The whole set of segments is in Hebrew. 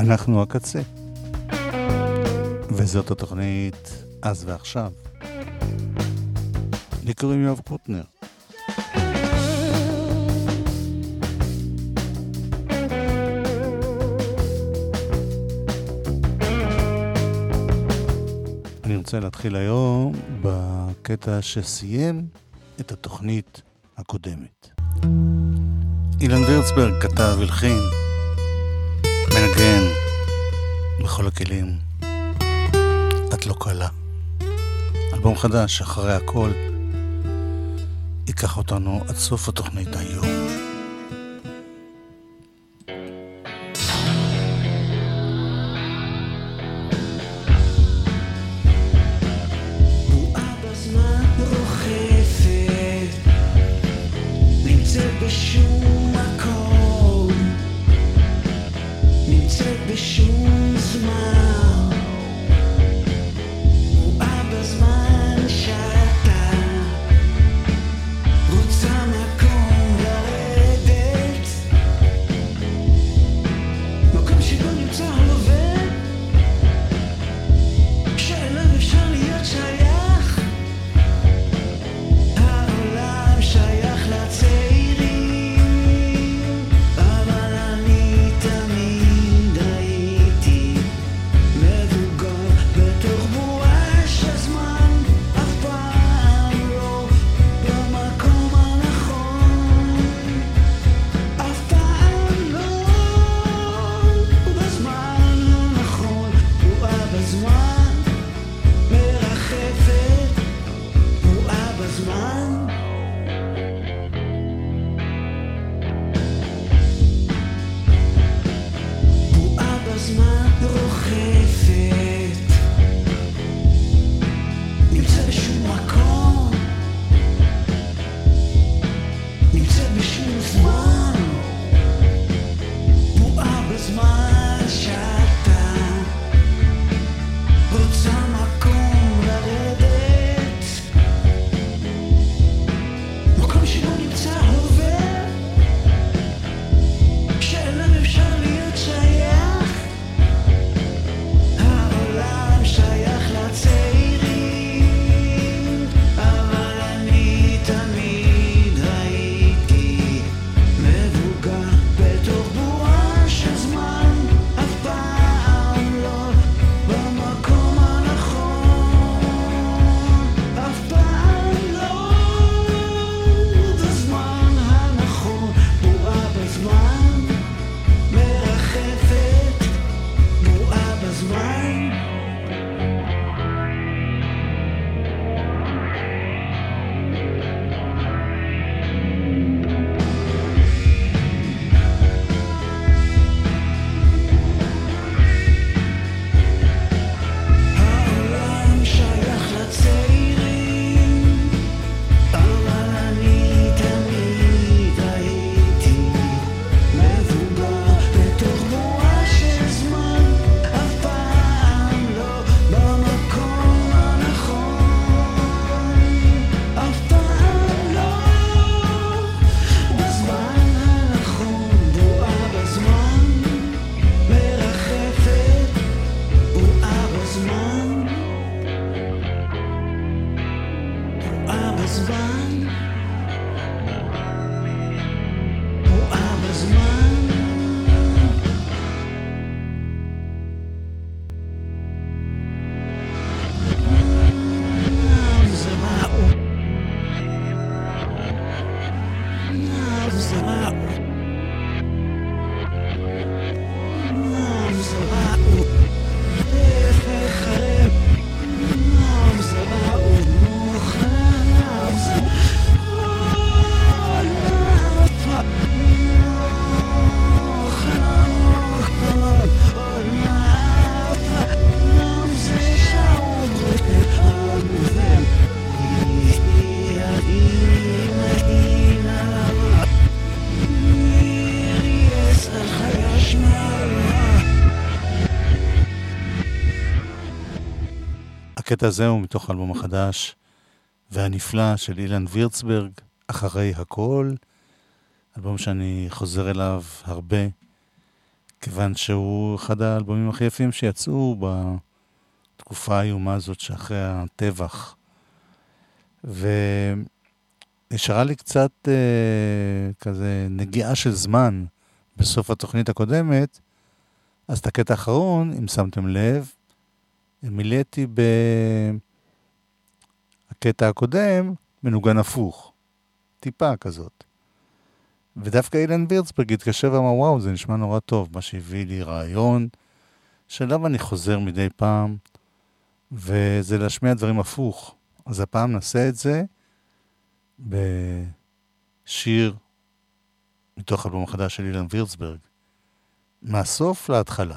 אנחנו הקצה. וזאת התוכנית אז ועכשיו. לי קוראים יואב קוטנר. אני רוצה להתחיל היום בקטע שסיים את התוכנית הקודמת. אילן וירצברג כתב, הלחין, מנגן בכל הכלים. את לא קלה. אלבום חדש, אחרי הכל, ייקח אותנו עד סוף התוכנית היום. הקטע הזה הוא מתוך האלבום החדש והנפלא של אילן וירצברג, אחרי הכל, אלבום שאני חוזר אליו הרבה, כיוון שהוא אחד האלבומים הכי יפים שיצאו בתקופה האיומה הזאת שאחרי הטבח. ונשארה לי קצת כזה נגיעה של זמן בסוף התוכנית הקודמת, אז את הקטע האחרון, אם שמתם לב, מילאתי הקטע הקודם מנוגן הפוך, טיפה כזאת. ודווקא אילן וירצברג התקשר ואמר, וואו, זה נשמע נורא טוב, מה שהביא לי רעיון, שלב אני חוזר מדי פעם, וזה להשמיע דברים הפוך. אז הפעם נעשה את זה בשיר מתוך אלבום החדש של אילן וירצברג, מהסוף להתחלה.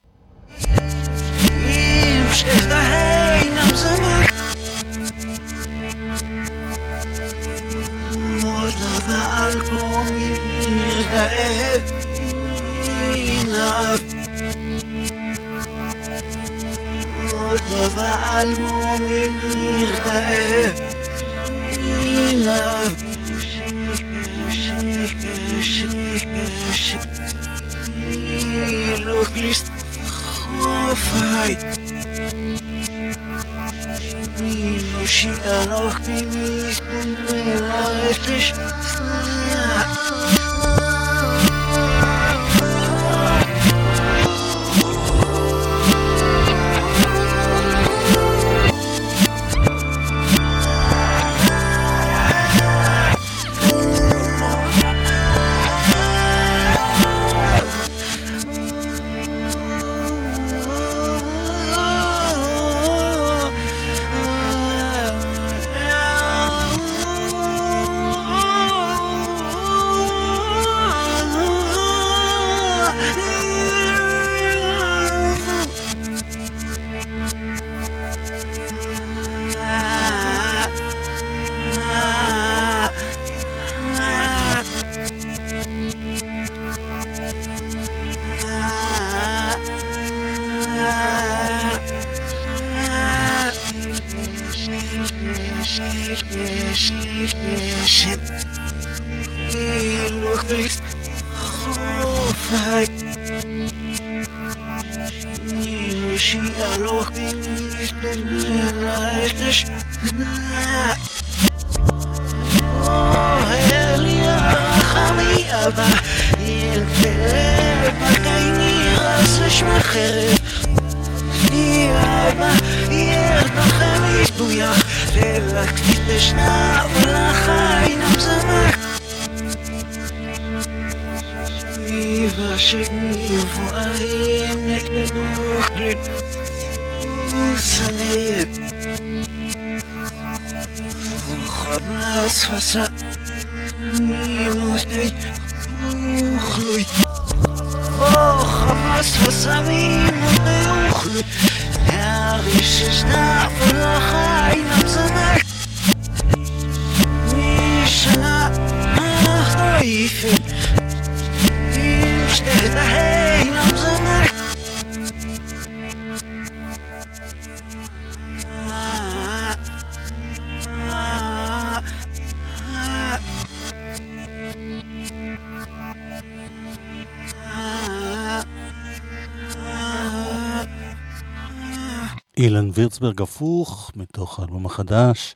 אילן וירצברג הפוך, מתוך האלבום החדש,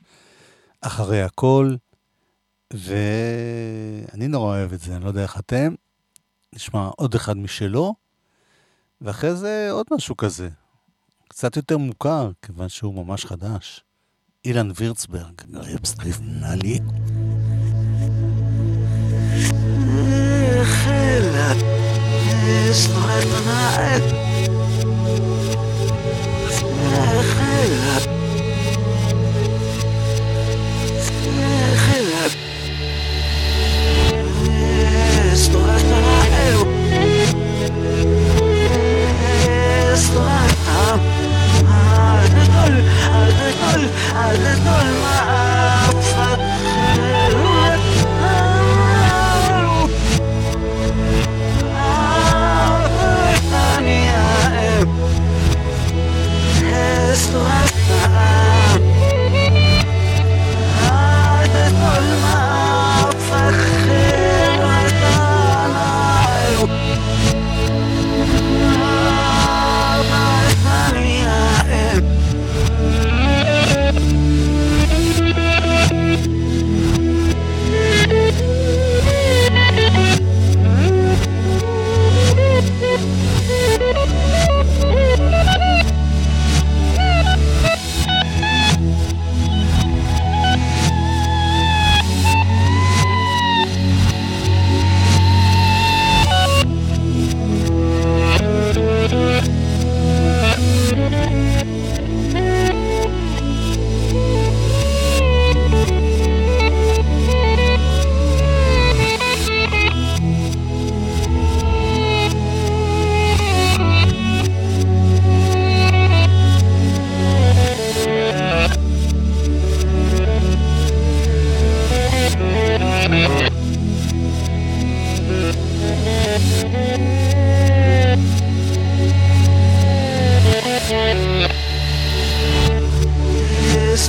אחרי הכל, ואני נורא אוהב את זה, אני לא יודע איך אתם, נשמע עוד אחד משלו, ואחרי זה עוד משהו כזה, קצת יותר מוכר, כיוון שהוא ממש חדש. אילן וירצברג, גריבסטריף נעלי. חלה, סטרט נעל, خلب خلب استرات العيو استرات على طول ما أفضل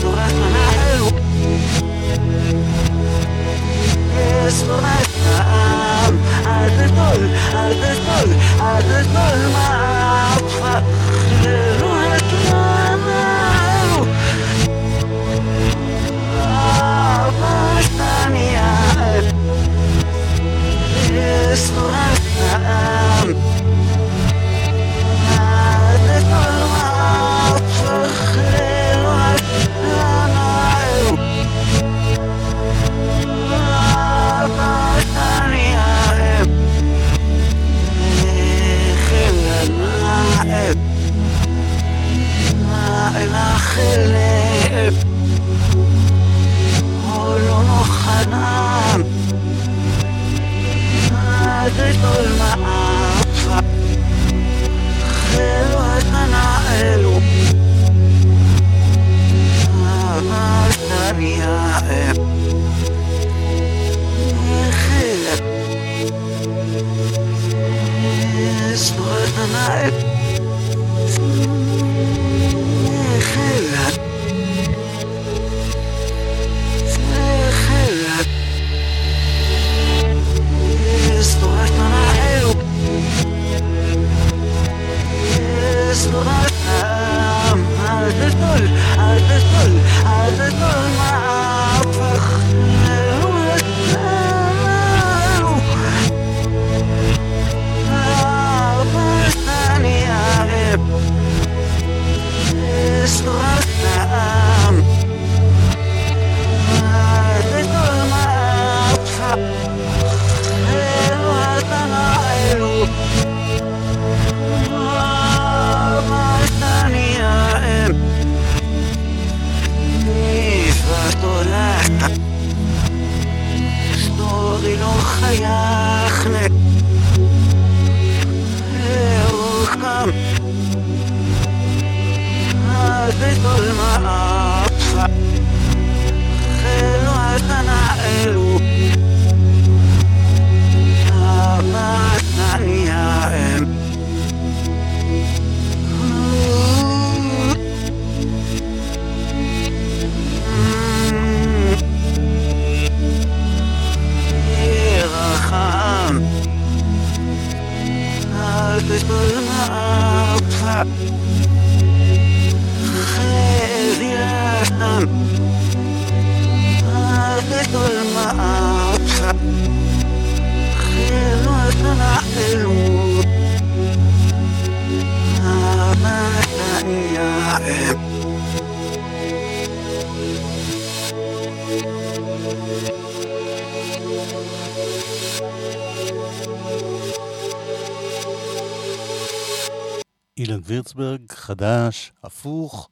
אילן וירצברג, חדש, הפוך.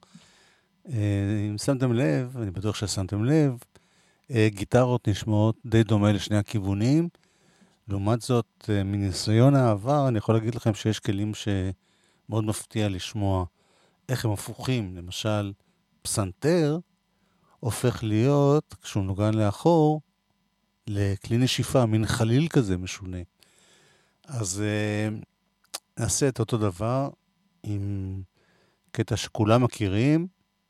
אם שמתם לב, אני בטוח ששמתם לב, גיטרות נשמעות די דומה לשני הכיוונים. לעומת זאת, מניסיון העבר, אני יכול להגיד לכם שיש כלים שמאוד מפתיע לשמוע איך הם הפוכים. למשל, פסנתר הופך להיות, כשהוא נוגן לאחור, לכלי נשיפה, מין חליל כזה משונה. אז נעשה את אותו דבר עם קטע שכולם מכירים,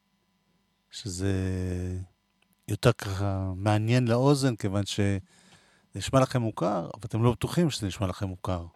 שזה יותר ככה מעניין לאוזן, כיוון שזה נשמע לכם מוכר, אבל אתם לא בטוחים שזה נשמע לכם מוכר.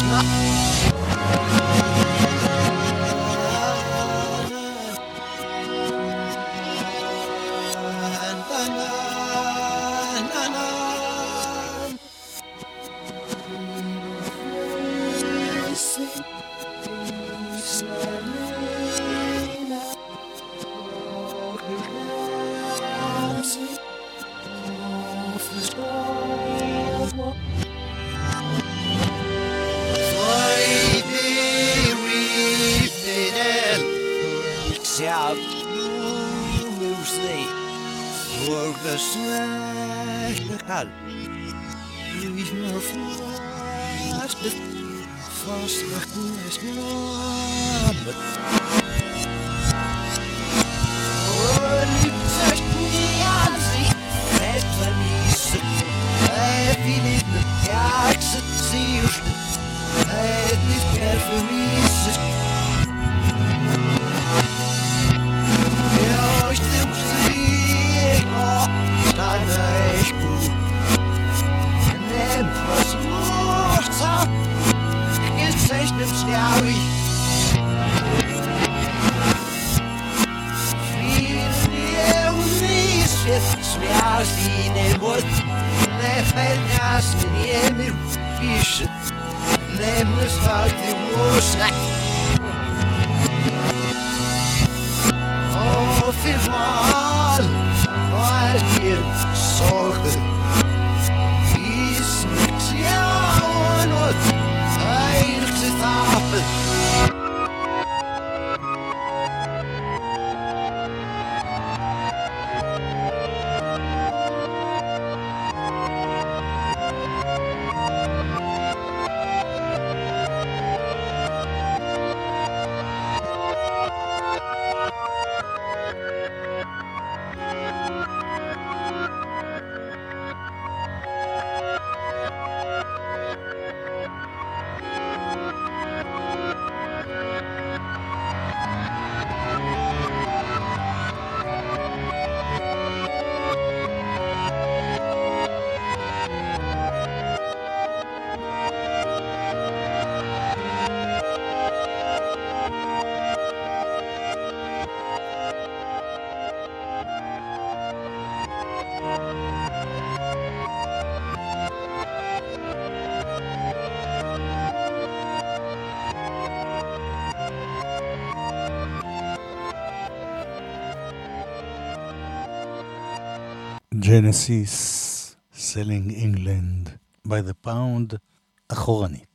Genesis, Selling England by the Pound, אחורנית.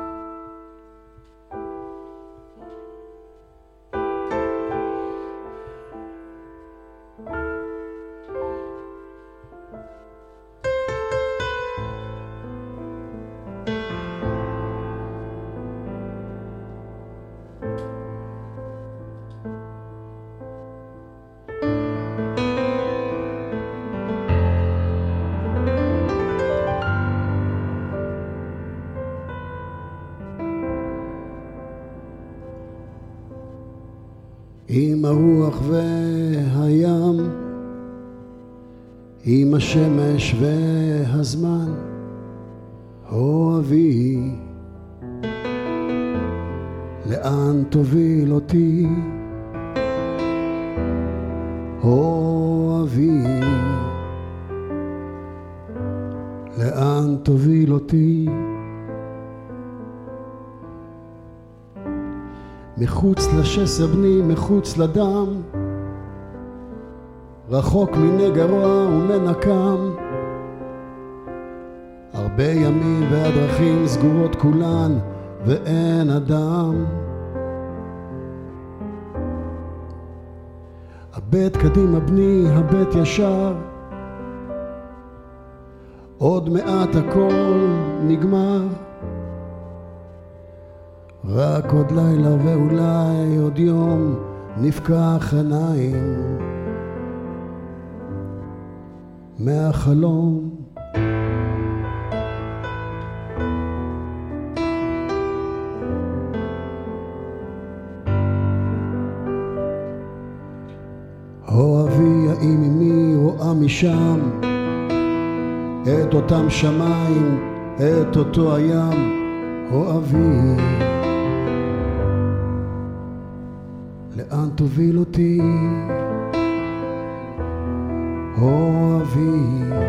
עם הרוח והים, עם השמש והזמן, אוהבי, לאן תוביל אותי? אוהבי, לאן תוביל אותי? מחוץ לשסר בני, מחוץ לדם, רחוק מנגע רוע ומנקם, הרבה ימים והדרכים סגורות כולן ואין אדם. הבט קדימה בני, הבט ישר, עוד מעט הכל נגמר, רק עוד לילה ואולי עוד יום נפקח עיניים מהחלום. אוהבי, האם אמי רואה משם את אותם שמיים, את אותו הים? אוהבי, לאן תוביל אותי? אוהבי,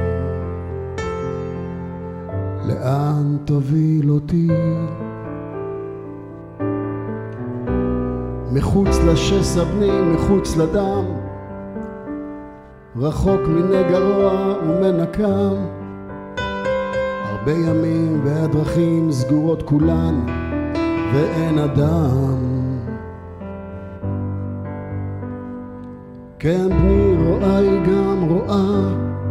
לאן תוביל אותי? מחוץ לשסע בני, מחוץ לדם, רחוק מנגע רוע ומנקם, הרבה ימים והדרכים סגורות כולן ואין אדם. כן בני, רואה היא גם רואה,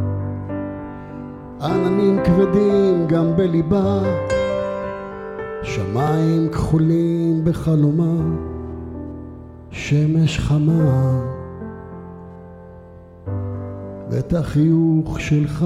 עננים כבדים גם בליבה, שמיים כחולים בחלומה, שמש חמה, ואת החיוך שלך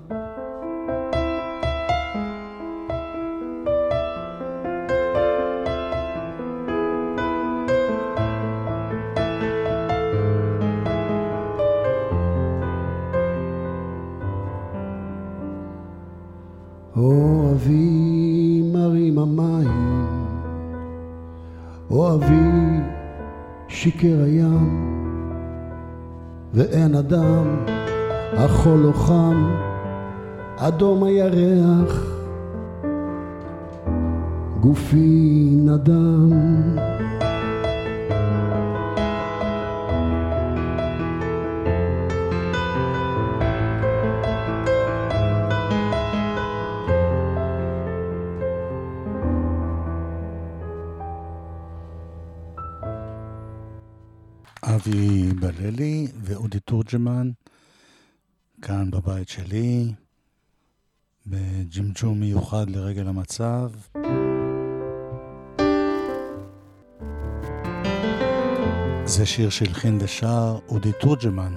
אוהבי מרים המים, אוהבי שיקר הים, ואין אדם, החול לא חם, אדום הירח, גופי נדם. אבי בללי ואודי תורג'מן, כאן בבית שלי, בג'ימג'ום מיוחד לרגל המצב. זה שיר שהלחין ושר אודי תורג'מן,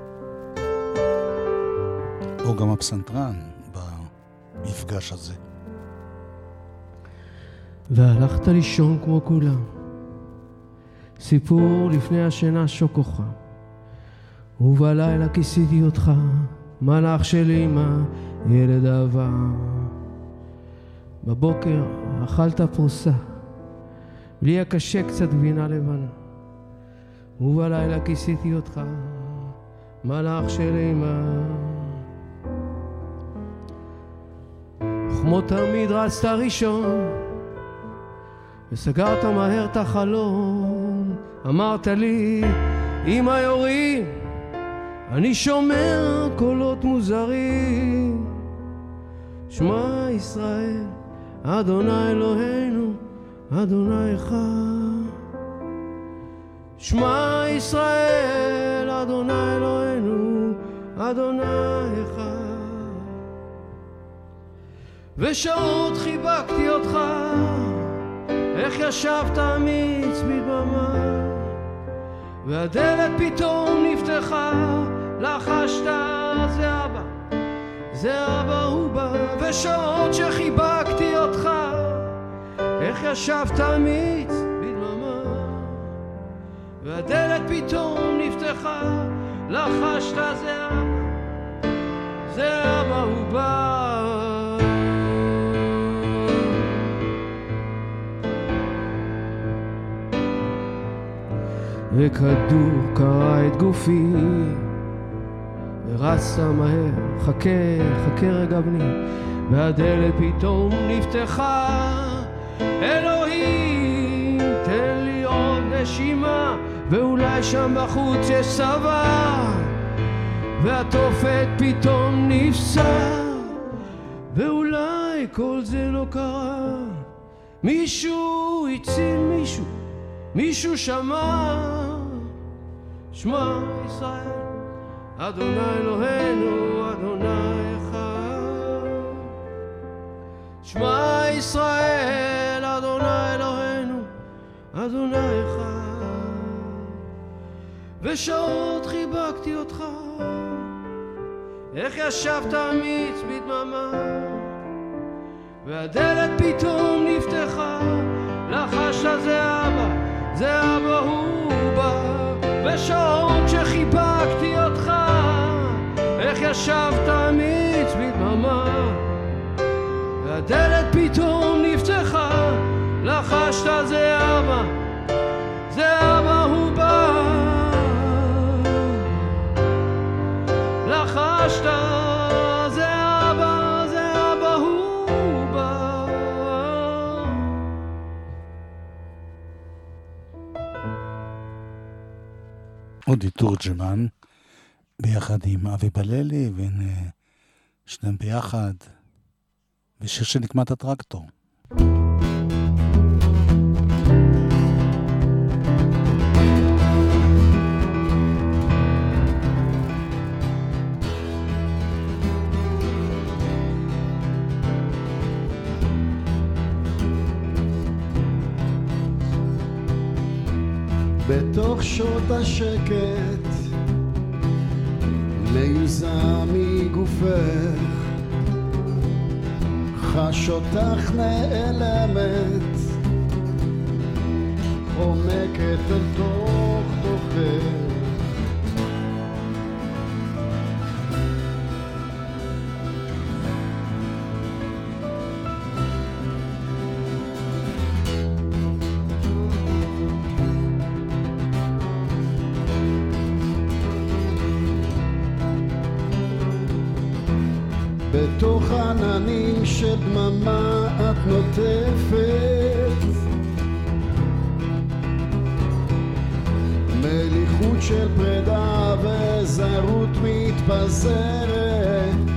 או גם הפסנתרן במפגש הזה. והלכת לישון כמו כולם, סיפור לפני השינה שוקוחה, ובלילה כיסיתי אותך, מלאך של אמא, ילד אהבה. בבוקר אכלת פרוסה, בלי הקשה קצת גבינה לבנה, ובלילה כיסיתי אותך, מלאך של אמא. כמו תמיד רצת ראשון, וסגרת מהר את החלון, אמרת לי, אמא יורים, אני שומע קולות מוזרים. שמע ישראל, אדוני אלוהינו, אדוני אחד. שמע ישראל, אדוני אלוהינו, אדוני אחד. ושעות חיבקתי אותך, איך ישבת אמיץ בדממה, והדלת פתאום נפתחה, לחשת זה אבא, זה אבא הוא בא. ושעות שחיבקתי אותך, איך ישבת אמיץ בדממה, והדלת פתאום נפתחה, לחשת זה אבא, זה אבא הוא בא. וכדור קרא את גופי, ורצת מהר, חכה, חכה רגע בני, והדלת פתאום נפתחה. אלוהים, תן לי עוד נשימה, ואולי שם בחוץ יש צבא. והתופת פתאום נפסע, ואולי כל זה לא קרה. מישהו הציל מישהו, מישהו שמע. שמע ישראל, אדוני אלוהינו, אדוני אחד. שמע ישראל, אדוני אלוהינו, אדוני אחד. ושעות חיבקתי אותך, איך ישבת אמיץ בדממה, והדלת פתאום נפתחה, לחשת זה אבא, זה אבא הוא בא. ושעות שחיבקתי אותך, איך ישבת אמיץ בדממה, והדלת פתאום נפתחה, לחשת זה אבא, זה אבא הוא בא. לחשת זה אבא הוא בא. אודי תורג'מן ביחד עם אבי בללי, והנה שניהם ביחד בשיר שנקמת הטרקטור. בתוך שעות השקט מיוזע מגופך, חש אותך נעלמת, עומקת אל תוך תוכך. בתוך עננים של דממה את נוטפת, מליחות של פרידה וזרות מתפזרת.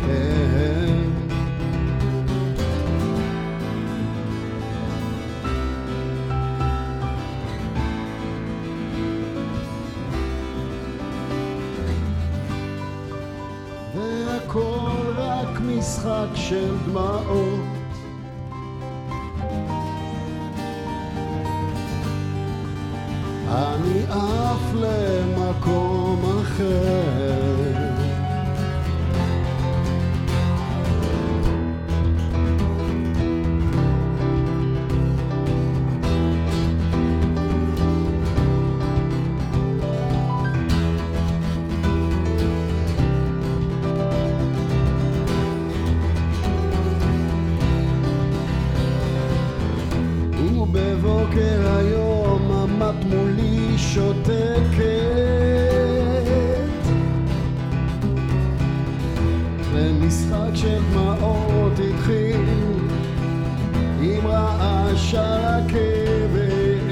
והכל רק משחק של דמעות, אני עף למקום אחר. ובבוקר היום עמד מולי שותקת, ומשחק של דמעות התחיל עם רעש הרכבת.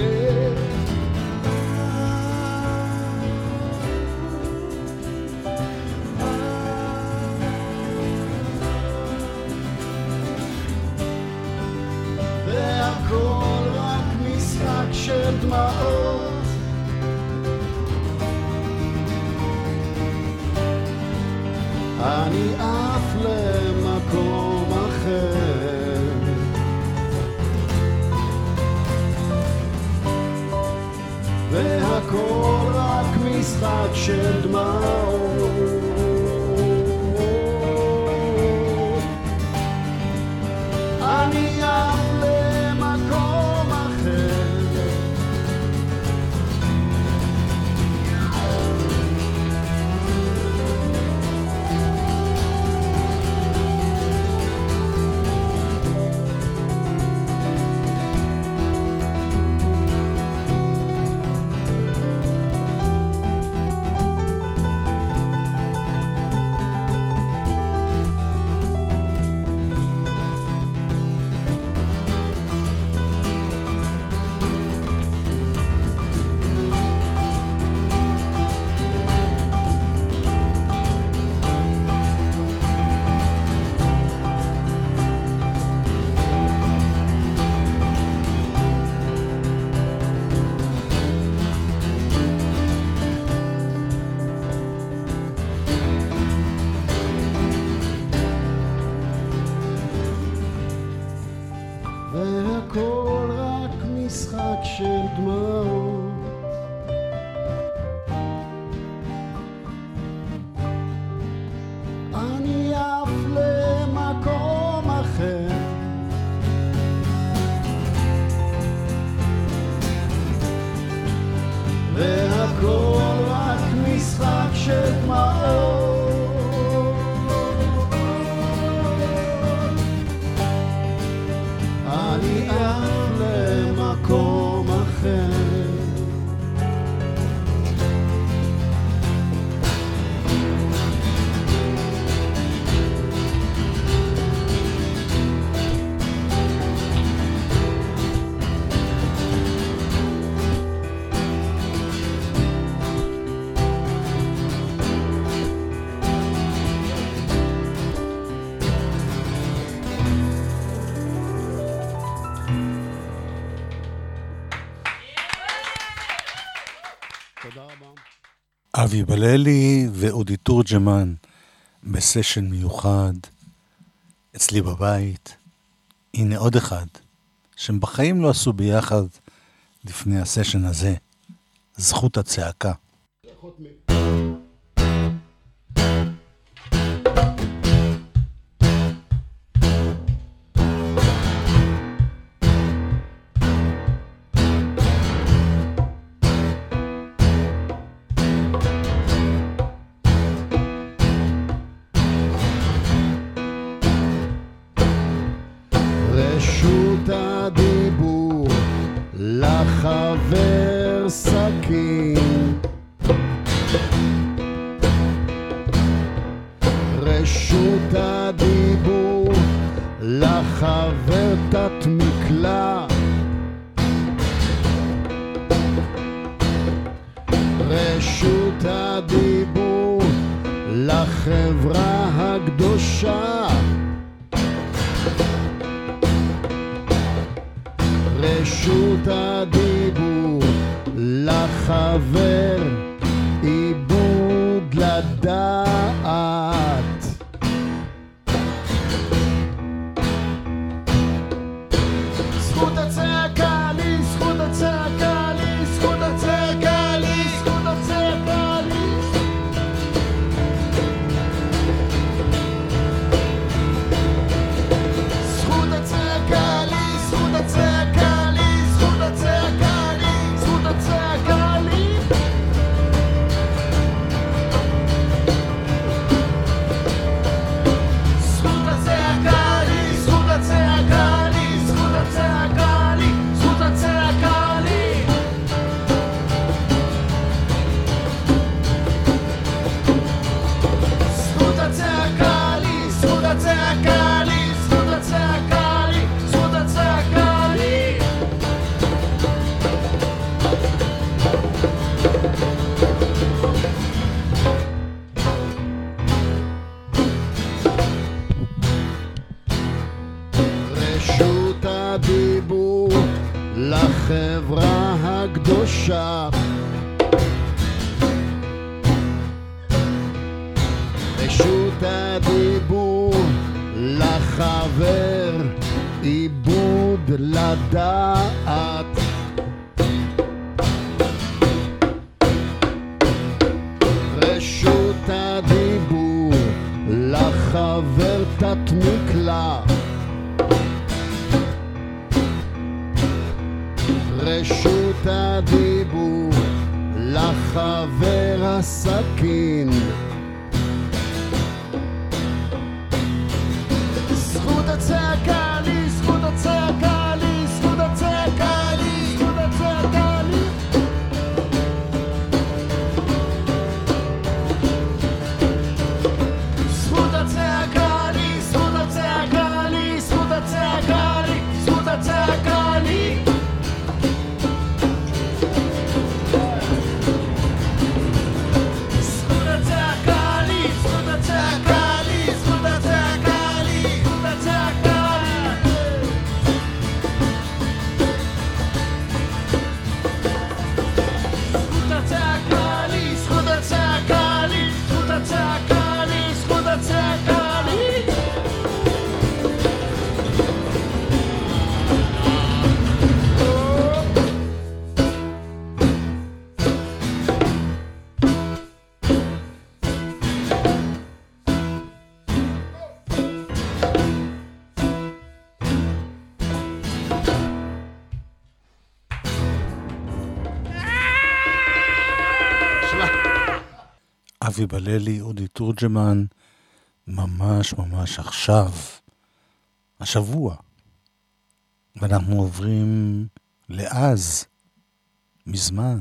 והכל רק משחק של דמעות, אני עף למקום אחר. והכל רק משחק של דמעות, אני עף למקום אחר. והכל רק משחק של דמעות, אני עף למקום אחר. והכל רק משחק של דמעות, אני עף למקום תודה רבה. אבי בללי ואודי תורג'מן בסשן מיוחד אצלי בבית. הנה עוד אחד שהם בחיים לא עשו ביחד לפני הסשן הזה, זכות הצעקה. רשות הדיבור לחבר סכין, רשות הדיבור לחבר תת מקלע, רשות הדיבור לחברה הקדושה, רשות הדיבור לחבר עיבוד לדעת, זכות הצעקה לי, זכות הצעקה לי, זכות הצעקה לי, זכות הצעקה לי, זכות הצעקה לי, זכות הצעקה לי, זכות הצעקה לי, זכות הצעקה לי, זכות הצעקה לי, זכות הצעקה לי, זכות הצעקה לי, זכות הצעקה לי, זכות הצעקה לי, זכות הצעקה לי, זכות הצעקה לי, זכות הצעקה לי, רשות הדיבור לחברה הקדושה, רשות הדיבור לחבר עיבוד לדעת, רשות הדיבור לחבר תת מקלע, רשות הדיבור לחבר הסכין, זכות הצעקה לי, זכות הצעקה לי, זכות הצעקה לי, זכות הצעקה לי, זכות הצעקה לי, זכות הצעקה לי, זכות הצעקה לי, זכות הצעקה לי, זכות הצעקה לי, זכות הצעקה לי, זכות הצעקה לי, זכות הצעקה לי, זכות הצעקה לי, זכות הצעקה לי, זכות הצעקה לי, זכות הצעקה לי, אבי בללי, אודי תורג'מן, ממש ממש עכשיו, השבוע. ואנחנו עוברים לאז, מזמן.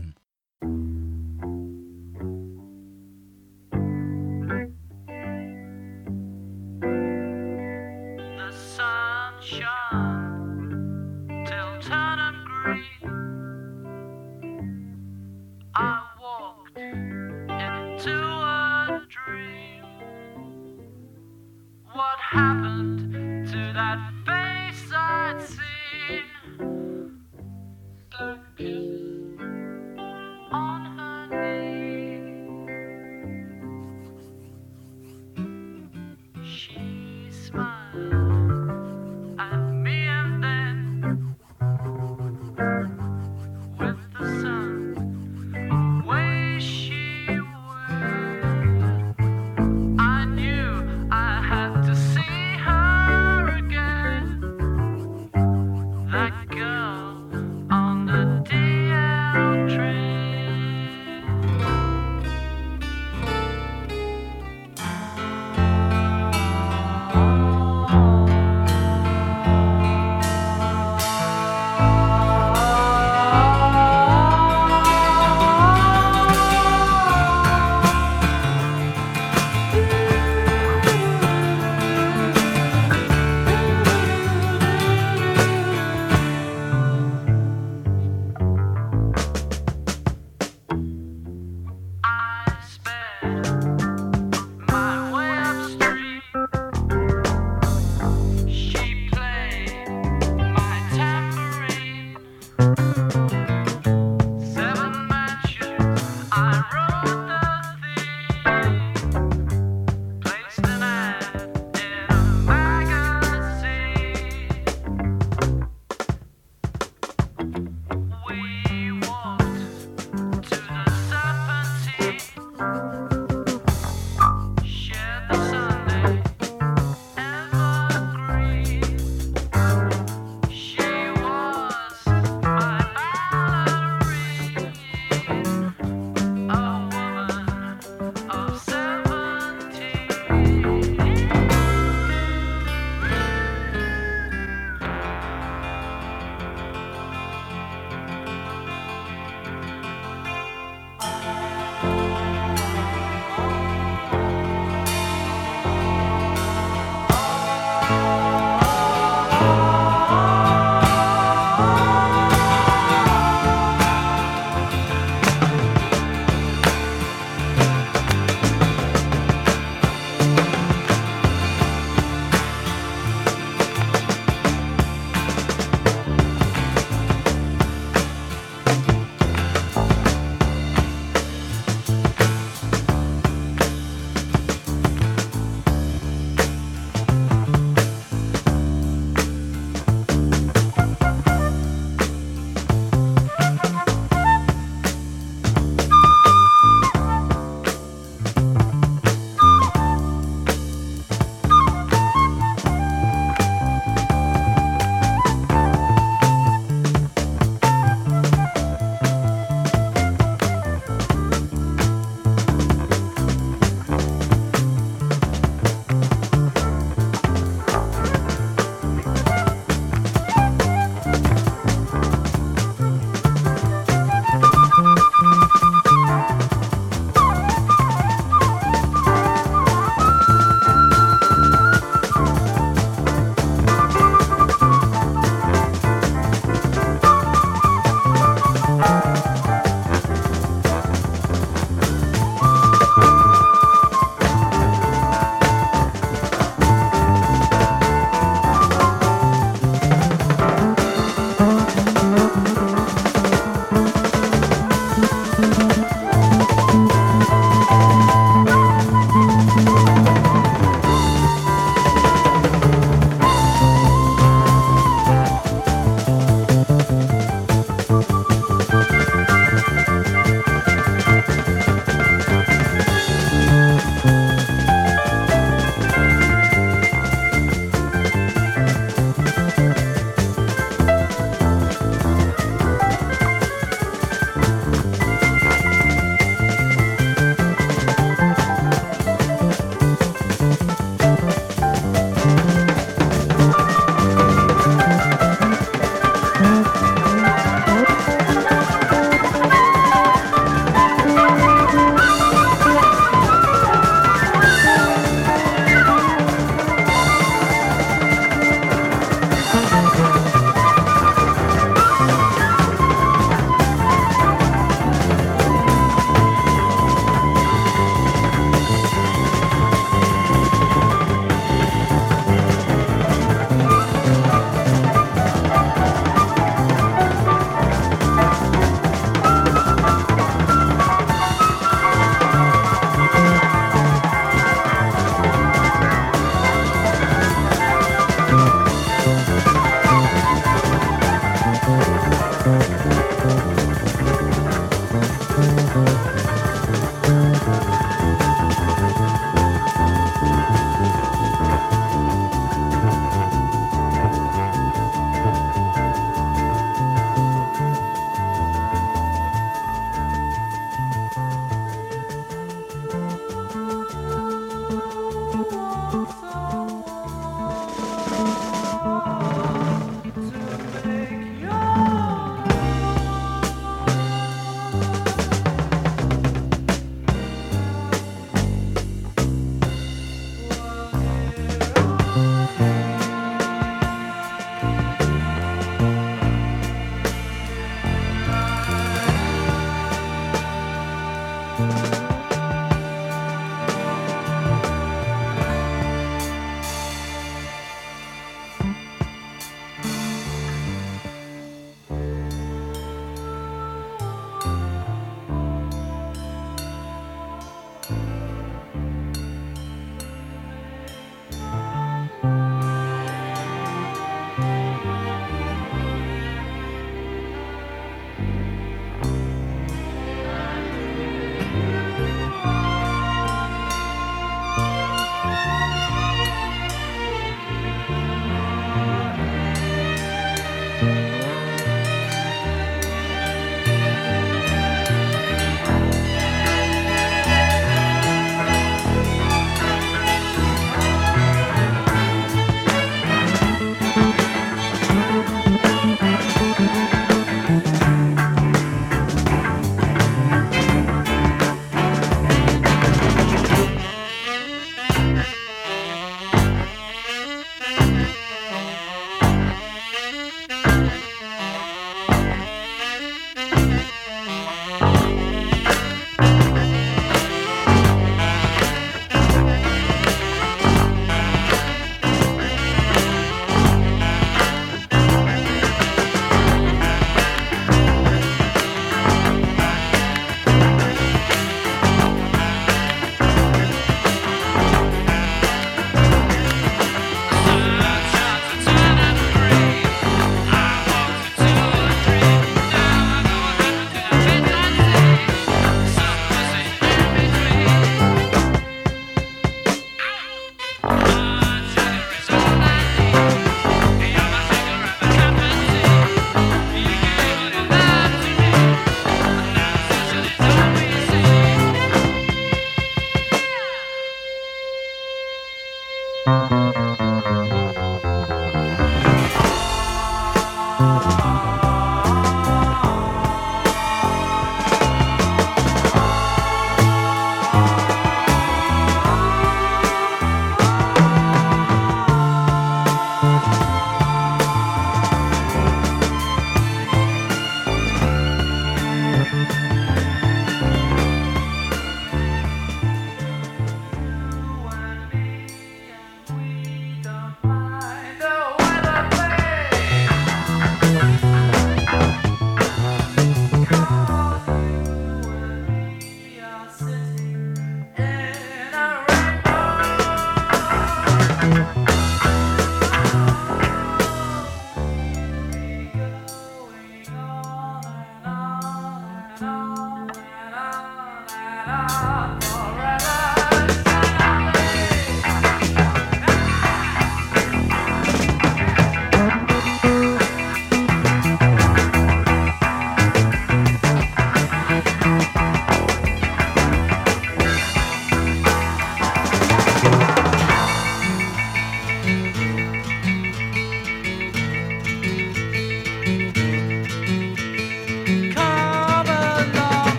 The sun shone till turned green. I walked into a dream. What happened to that face I'd seen? Black kisses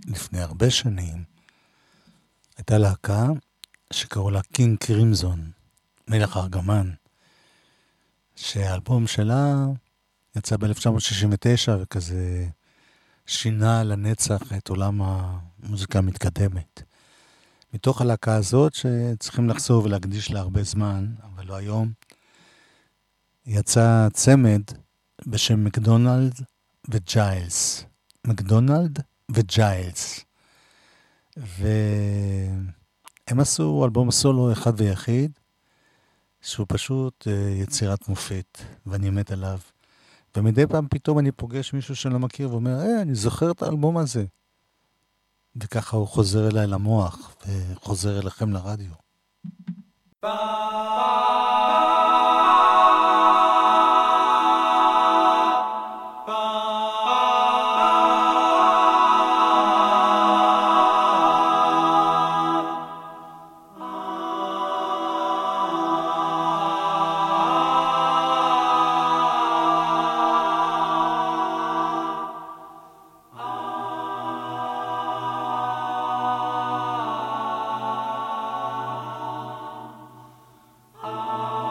לפני הרבה שנים, הייתה להקה שקראו לה קינג קרימזון, מלך הארגמן, שהאלבום שלה יצא ב-1969 וכזה שינה לנצח את עולם המוזיקה המתקדמת. מתוך הלהקה הזאת שצריכים לחזור ולהקדיש לה הרבה זמן, אבל לא היום, יצא צמד בשם מקדונלד וג'יילס. מקדונלד וג'יילס. והם עשו אלבום סולו אחד ויחיד, שהוא פשוט יצירת מופת, ואני מת עליו. ומדי פעם פתאום אני פוגש מישהו שאני לא מכיר, ואומר, אני זוכר את האלבום הזה. וככה הוא חוזר אליי למוח, וחוזר אליכם לרדיו. Ah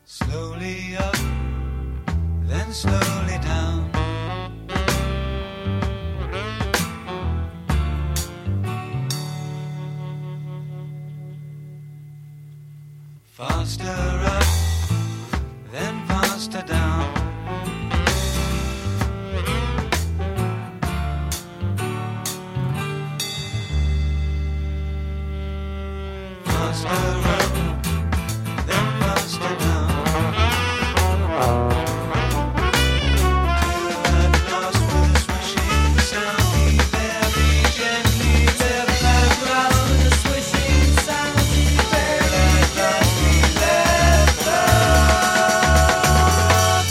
Slowly up, then slowly down. Faster up, then faster down. Faster up, then faster down. Till at last with a swishing sound, he very gently let back round. With a swishing sound, he very gently let back.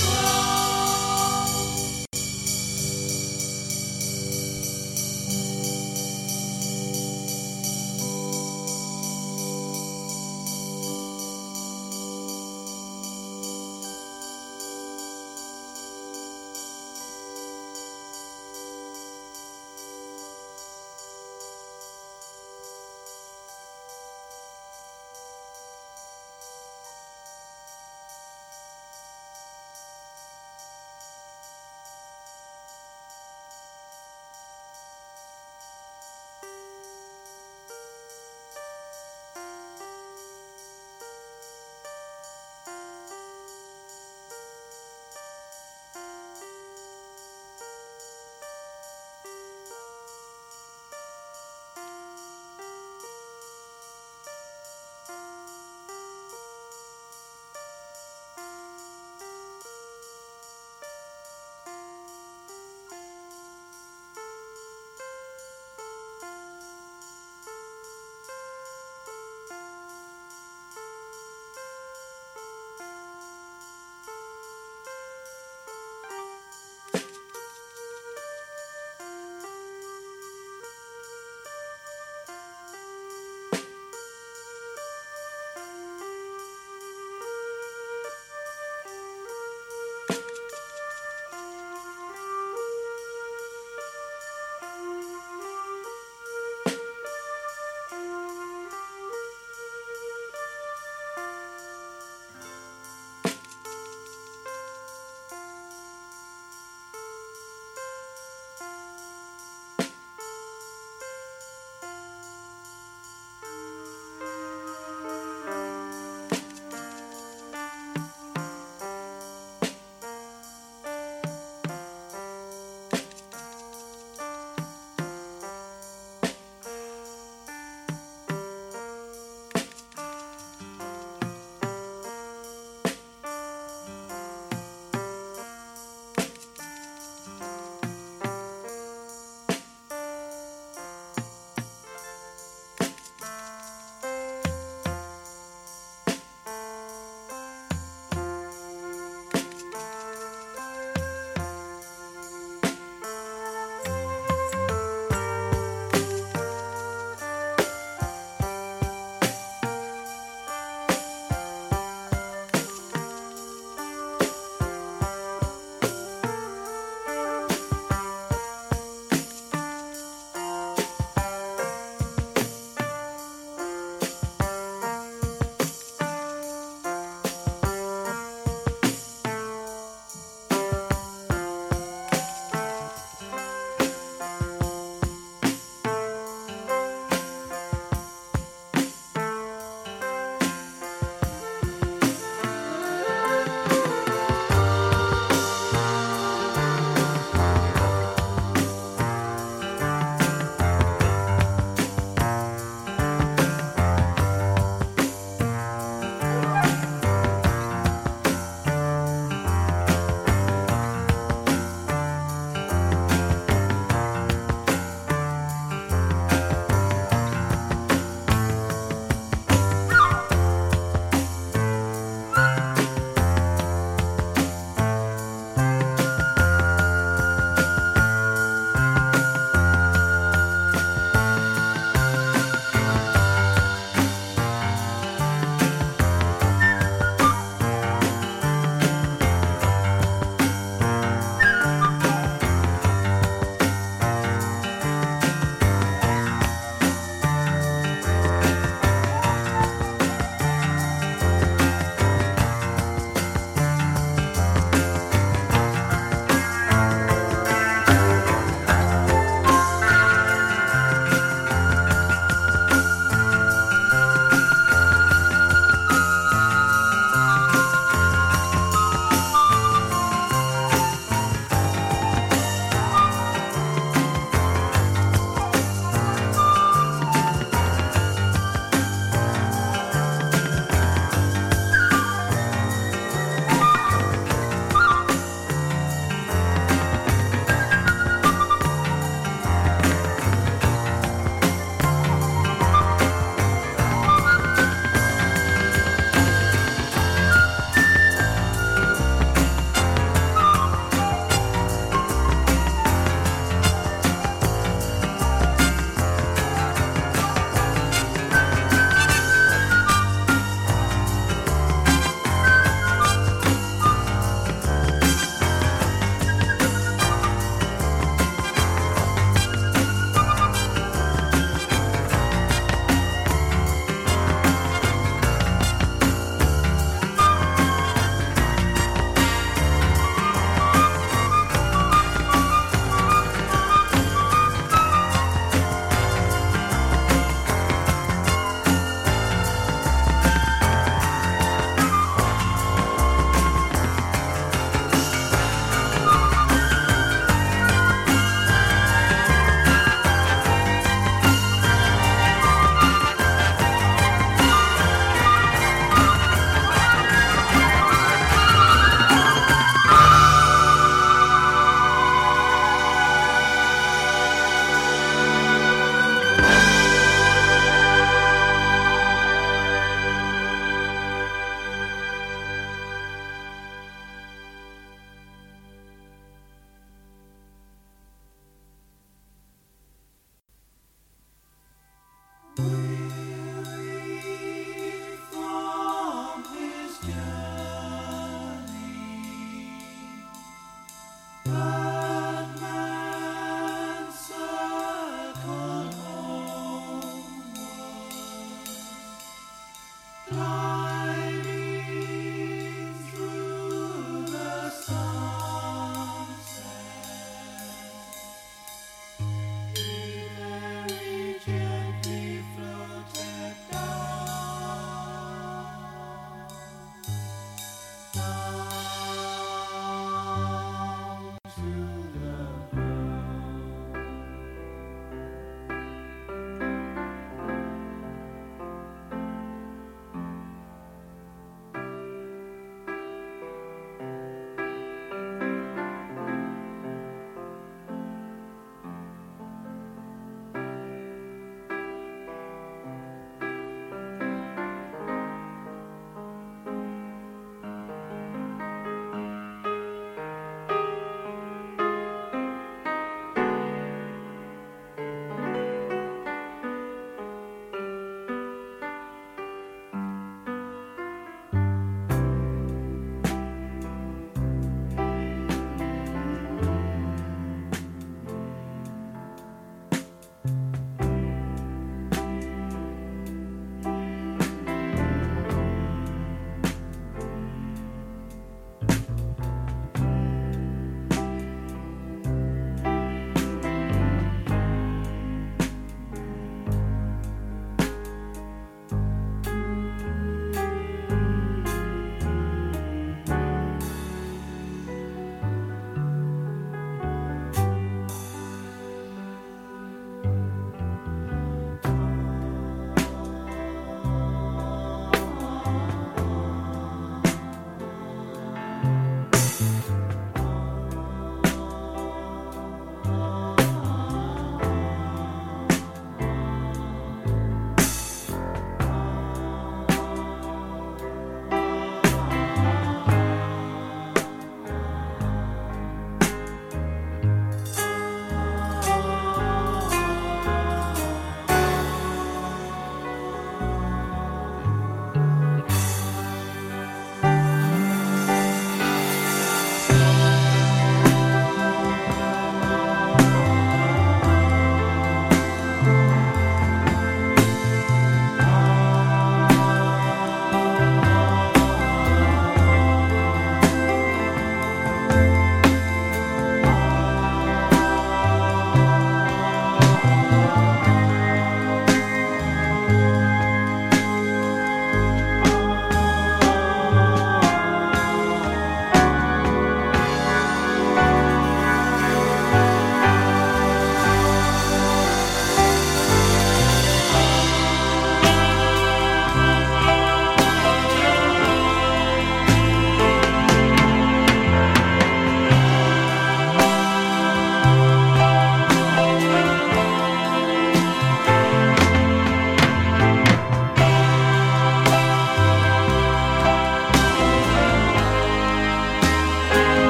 From his journey, Birdman circled homeward, gliding through the sunset. He very gently floated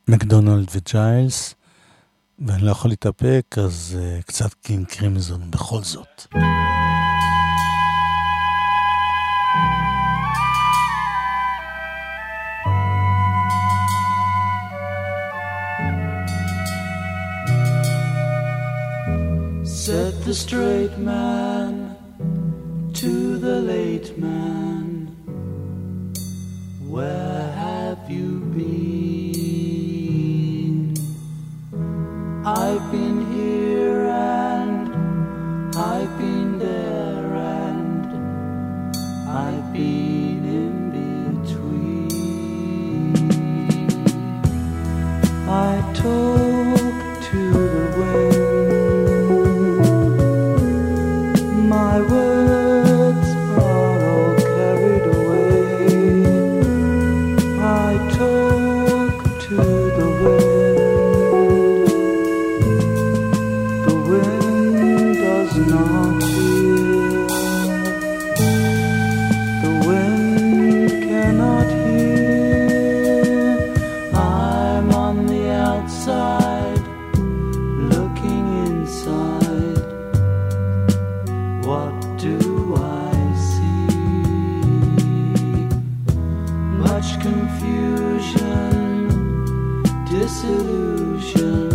מקדונלד וג'יילס, ואני לא יכול להתאפק, אז קצת קינג קרימזון בכל זאת. Said the straight man to the late man, where have you been? I've been here and I've been there and I've been in between. I talk to the wind, my words are all carried away. I talk to the wind does not hear. The wind cannot hear. I'm on the outside, looking inside. What do I see? Much confusion, disillusion,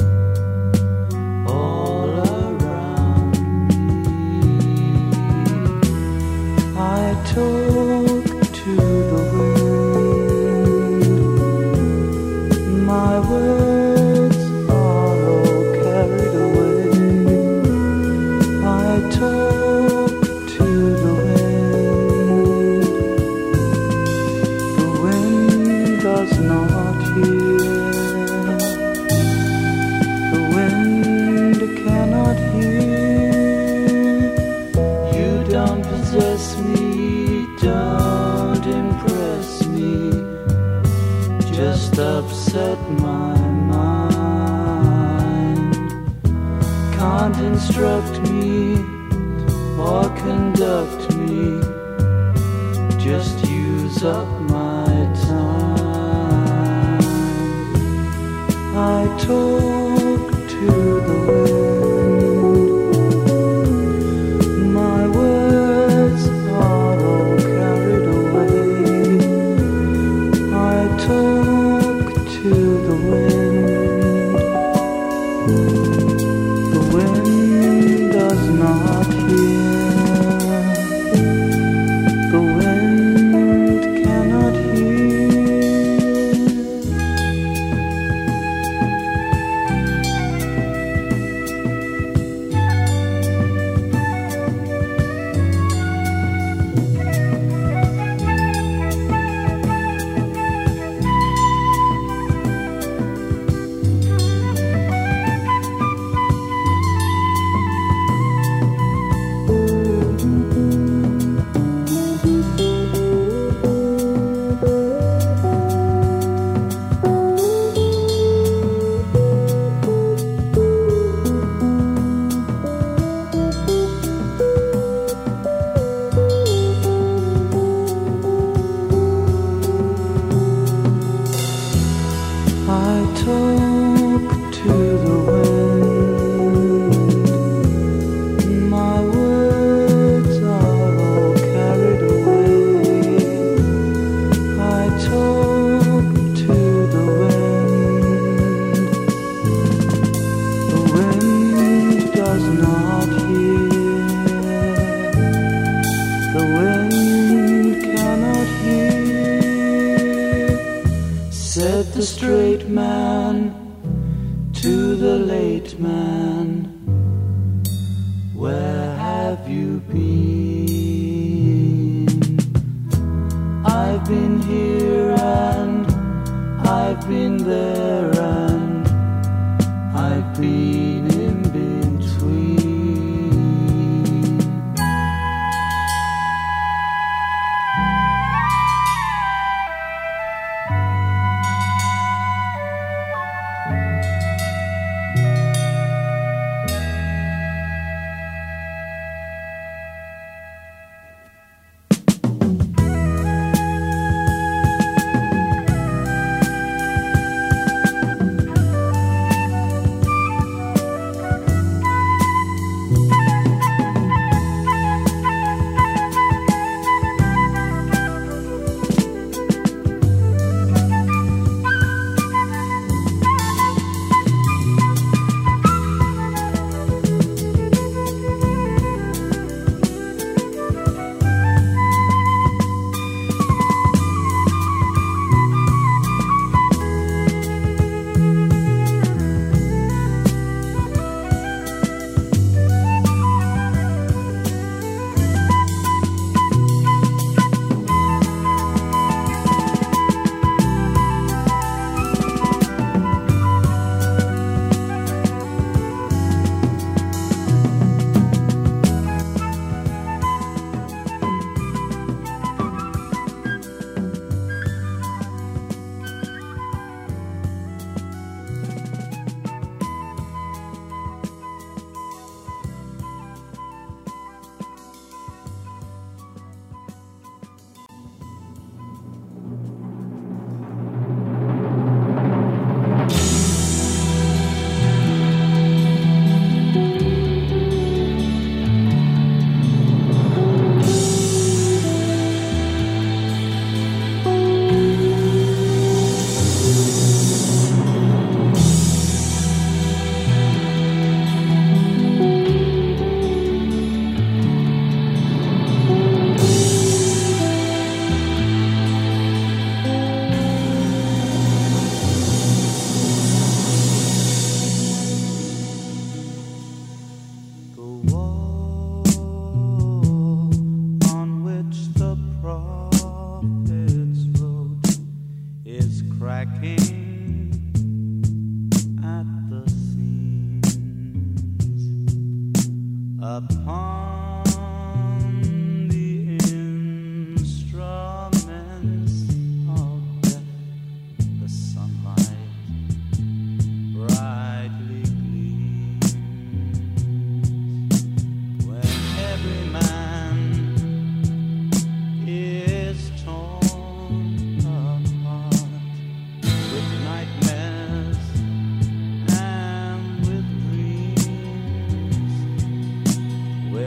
all around me. I talk to the wind. My words are all carried away. I talk to the wind. The wind does not hear. The wind cannot hear. You don't possess me, don't impress me, just upset my mind. Can't instruct me or conduct me, just use up my time. I talk to the wind. My words are all carried away. I talk to the wind. The wind does not hear. The wind cannot hear. I talk to the wind. My words are all carried away. I talk to the wind. The wind does not hear. The wind cannot hear. Said the straight man to the late man, where have you been? I've been here and I've been there and I've been in between. upon the instruments of death, the sunlight brightly gleams. When every man is torn apart with nightmares and with dreams,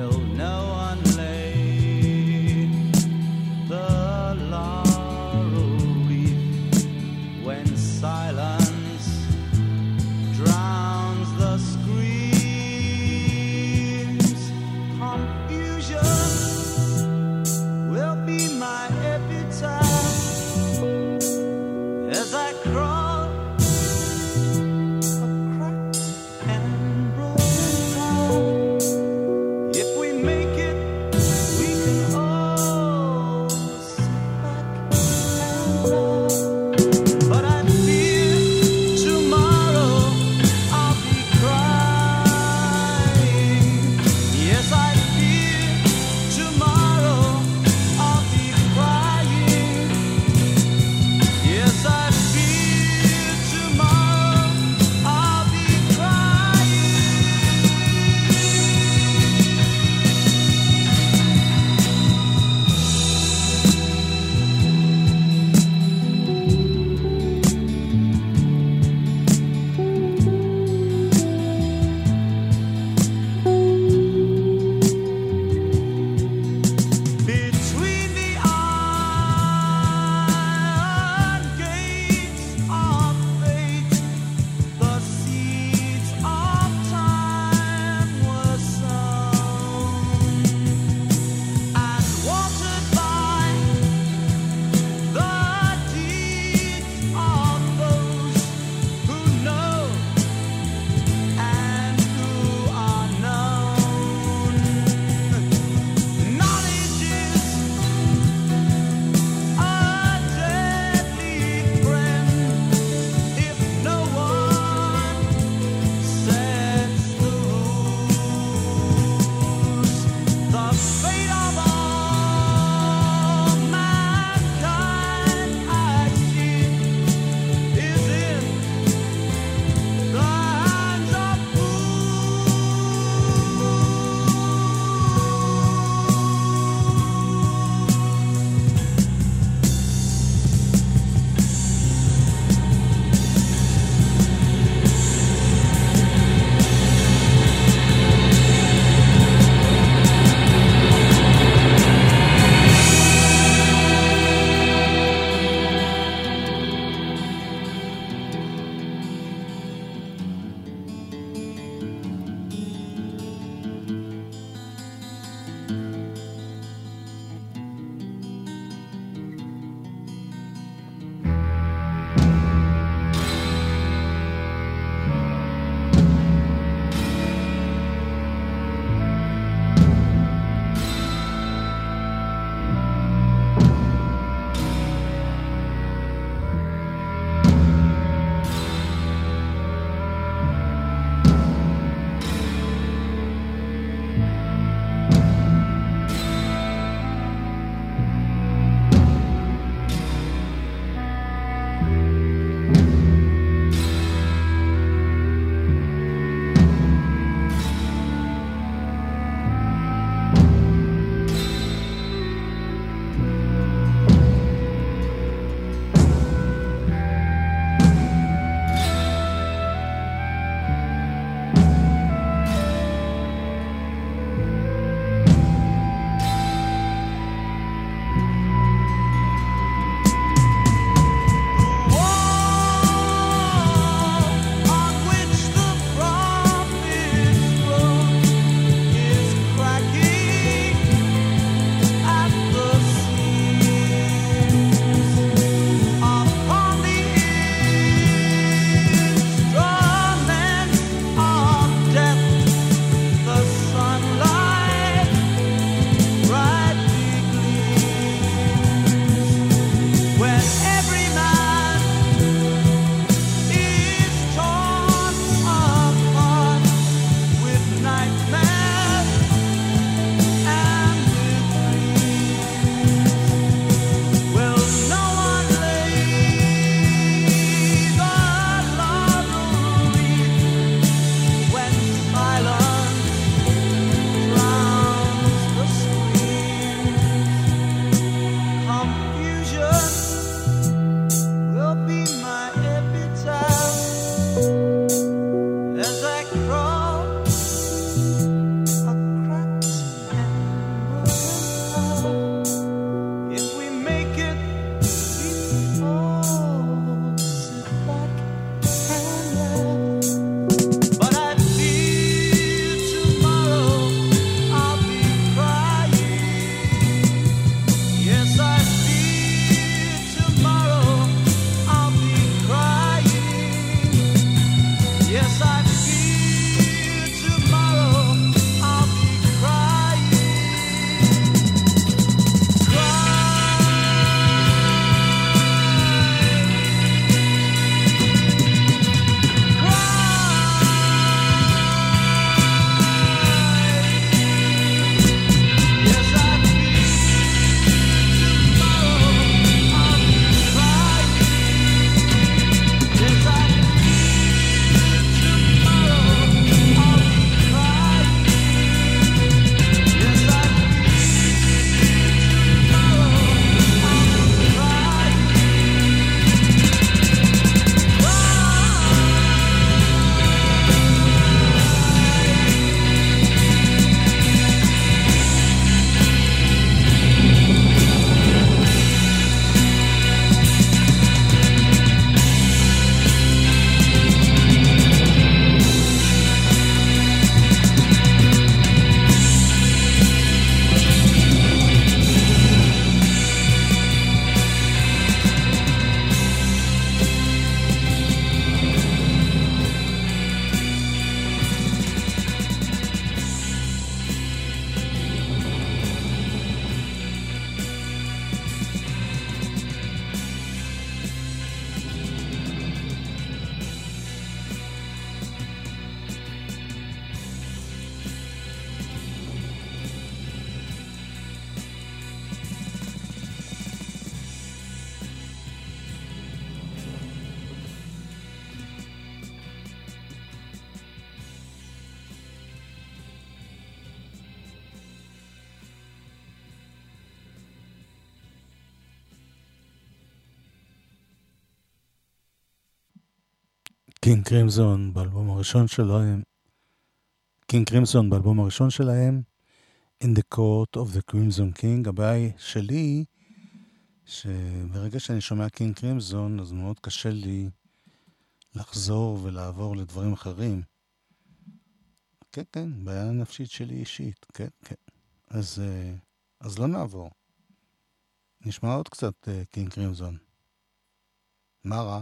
קינג קרימזון באלבום הראשון שלהם, קינג קרימזון באלבום הראשון שלהם, In the Court of the Crimson King. הבעיה שלי, שברגע שאני שומע קינג קרימזון, אז מאוד קשה לי לחזור ולעבור לדברים אחרים. כן, כן, בעיה נפשית שלי אישית, כן, כן. אז לא נעבור. נשמע עוד קצת קינג קרימזון. מה רע?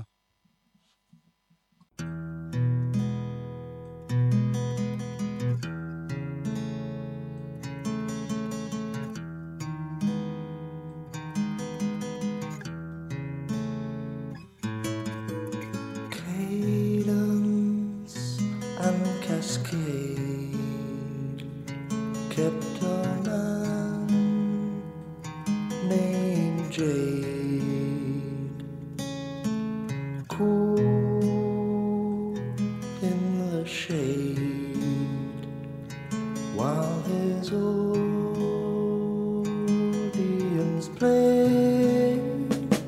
Cadence and cascade kept a man named Jade cool in the shade while his audience played.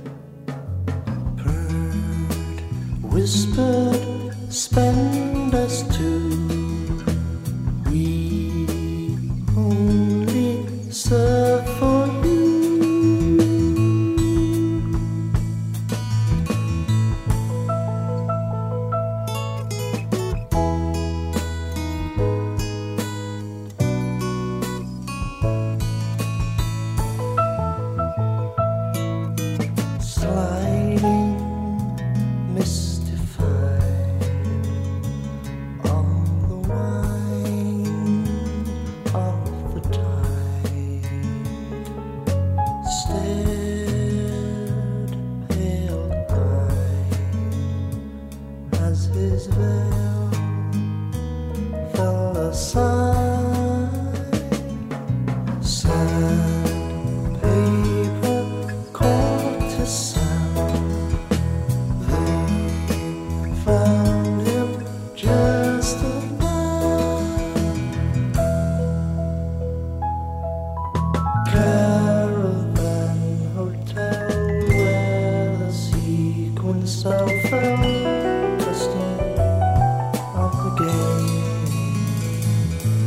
Bird whispered, spend us two. We only serve for you. Sliding, mystified on the wine of the tide, stared pale-eyed as his veil fell aside. Sandpaper courtesan, they found him just a man. Caravan hotel where the sequins fell, trusting of the game.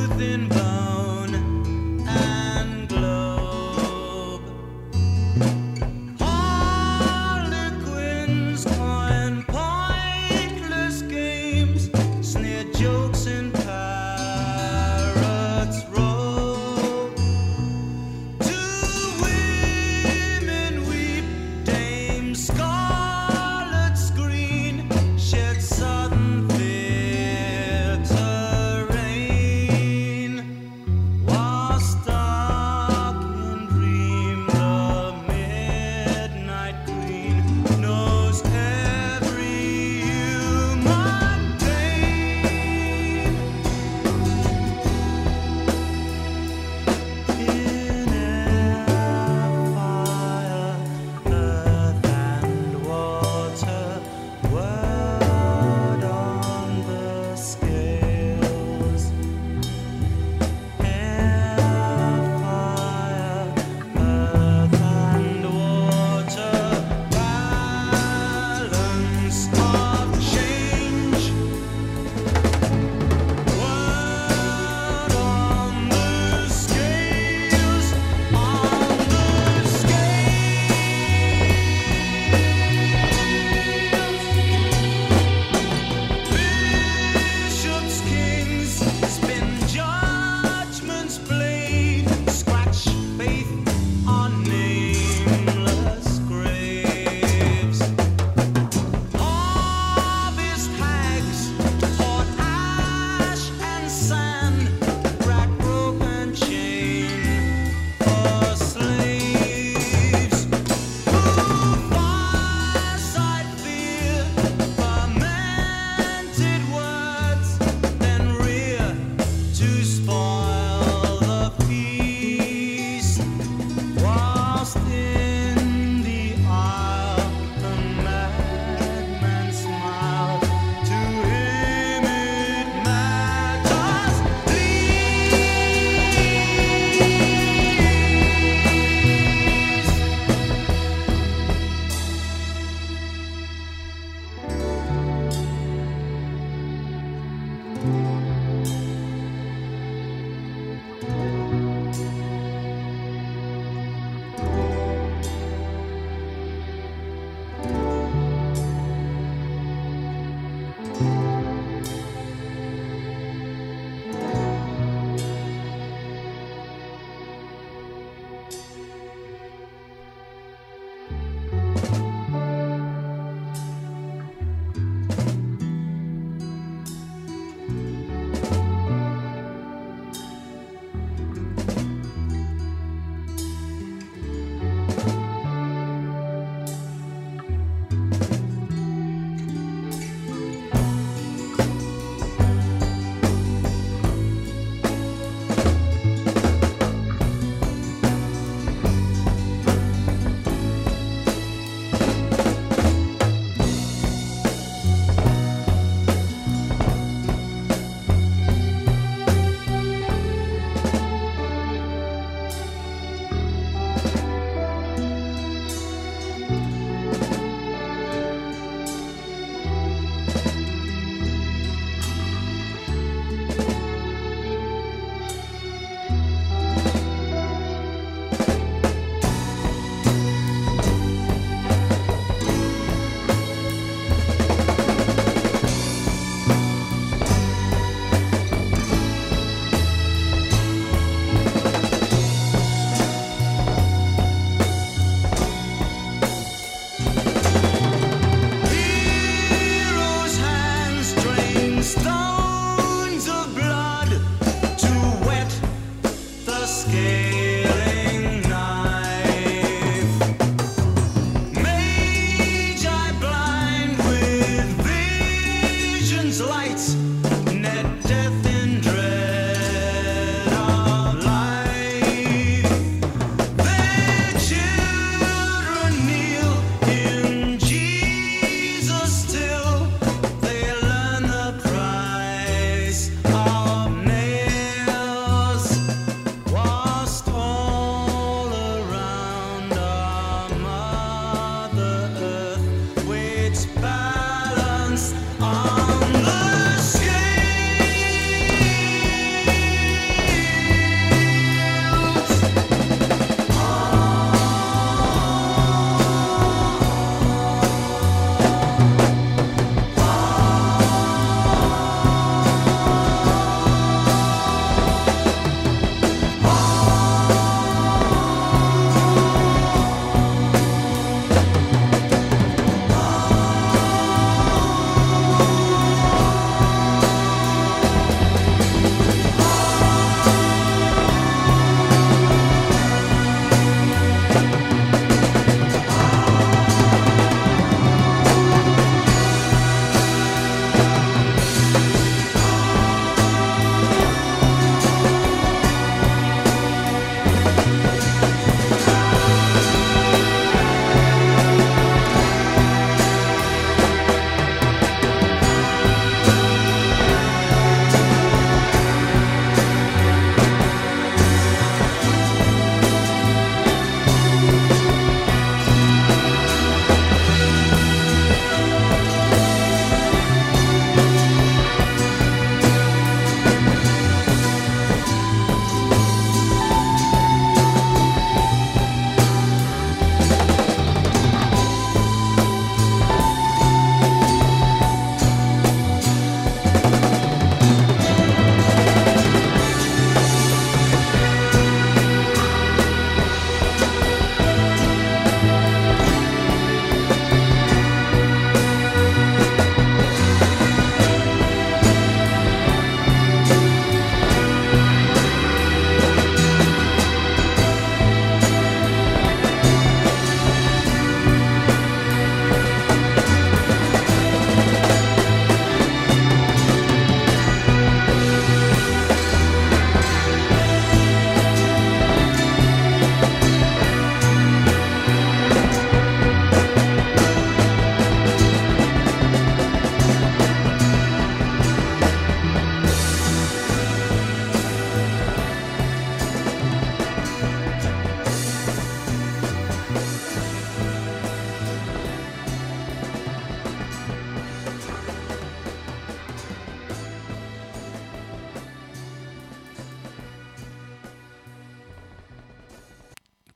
tooth and bone and globe. Harlequins coin pointless games, sneer jokes and parrots roll. Two women weep, Dame Scarlet screen, shed sudden theatre rain. While stark in dream, the midnight queen knows every human pain. In air, fire, earth and water, word on the scales. Air, fire, earth and water, balance of change. Word on the scales, Bishops, kings, spin judgment's blade, scratch faith on nameless graves. Harvest hags hoard ash and sand, rack, rope and chain for slaves. Fireside fear, fermented words, then rear to spoil the feast. Whilst in the aisle the madman smiled, to him it matters least.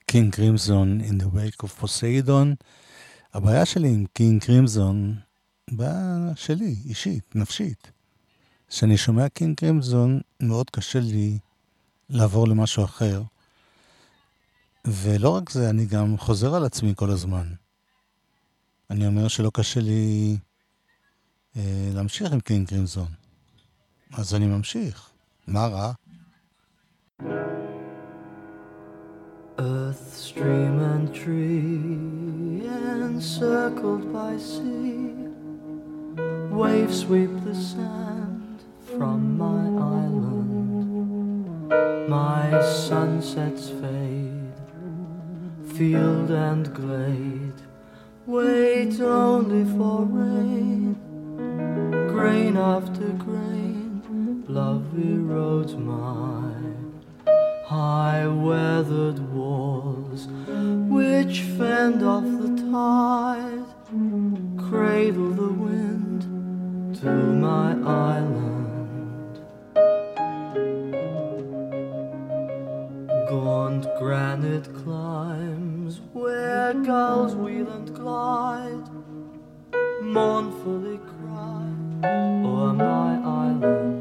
קינג קרימזון in the wake of Poseidon. הבעיה שלי עם קינג קרימזון, בעיה שלי, אישית, נפשית. כשאני שומע קינג קרימזון, מאוד קשה לי לעבור למשהו אחר. ולא רק זה, אני גם חוזר על עצמי כל הזמן. אני אומר שלא קשה לי להמשיך עם קינג קרימזון. אז אני ממשיך. מה רע? Earth, stream and tree, encircled by sea, waves sweep the sand from my island. My sunsets fade, field and glade, wait only for rain. Grain after grain, love erodes my high-weathered walls, which fend off the tide, cradle the wind to my island. Gaunt granite climbs where gulls wheel and glide, mournfully cry o'er my island.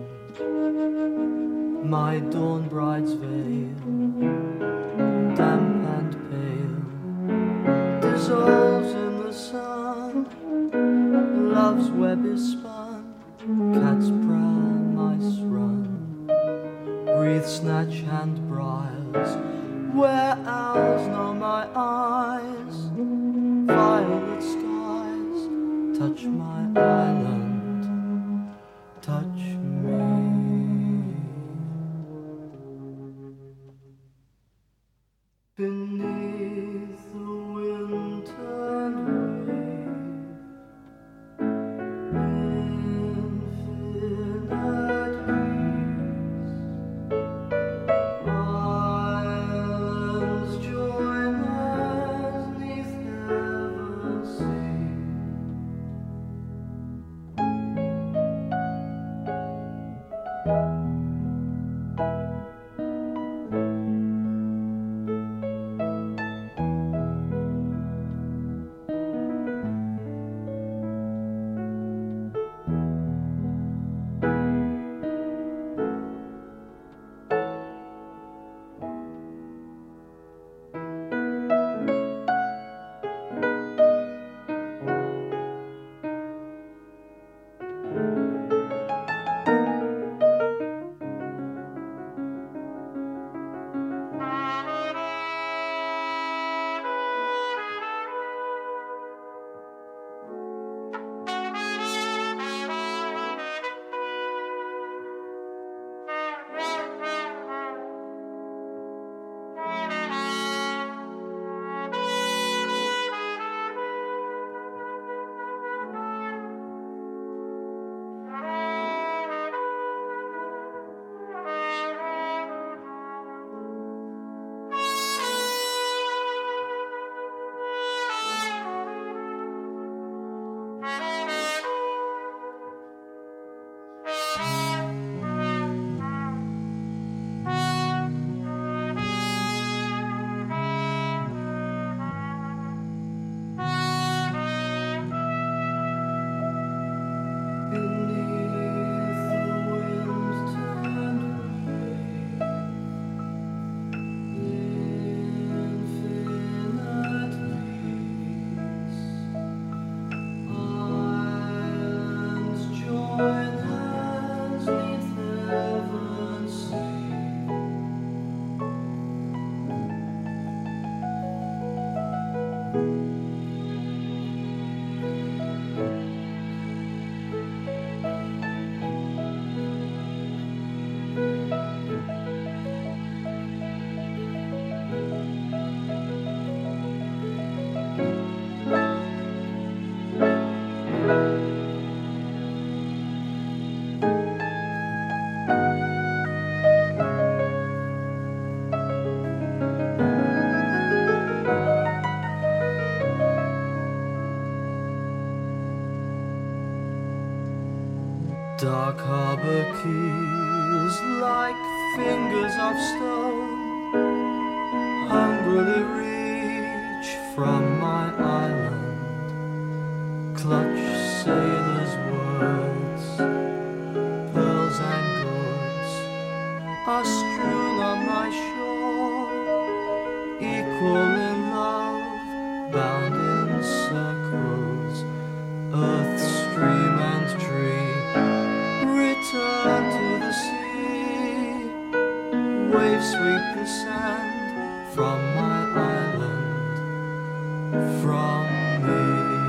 My dawn bride's veil, damp and pale, dissolves in the sun. Love's web is spun, cat's prowl mice run, breathe snatch and briars, where owls know my eyes. Violet skies touch my island, touch me. Beneath the wind-turned wave, infinite peace, islands join hands 'neath heaven's sea. Dark harbor keys like fingers of stone, hungry desperately reach from my island, clutch sailors' words, pearls and goods are strewn on my shore, equal in love, bound in circles, earth, stream and tree, return to the sea, waves sweep the sand from my island, from me.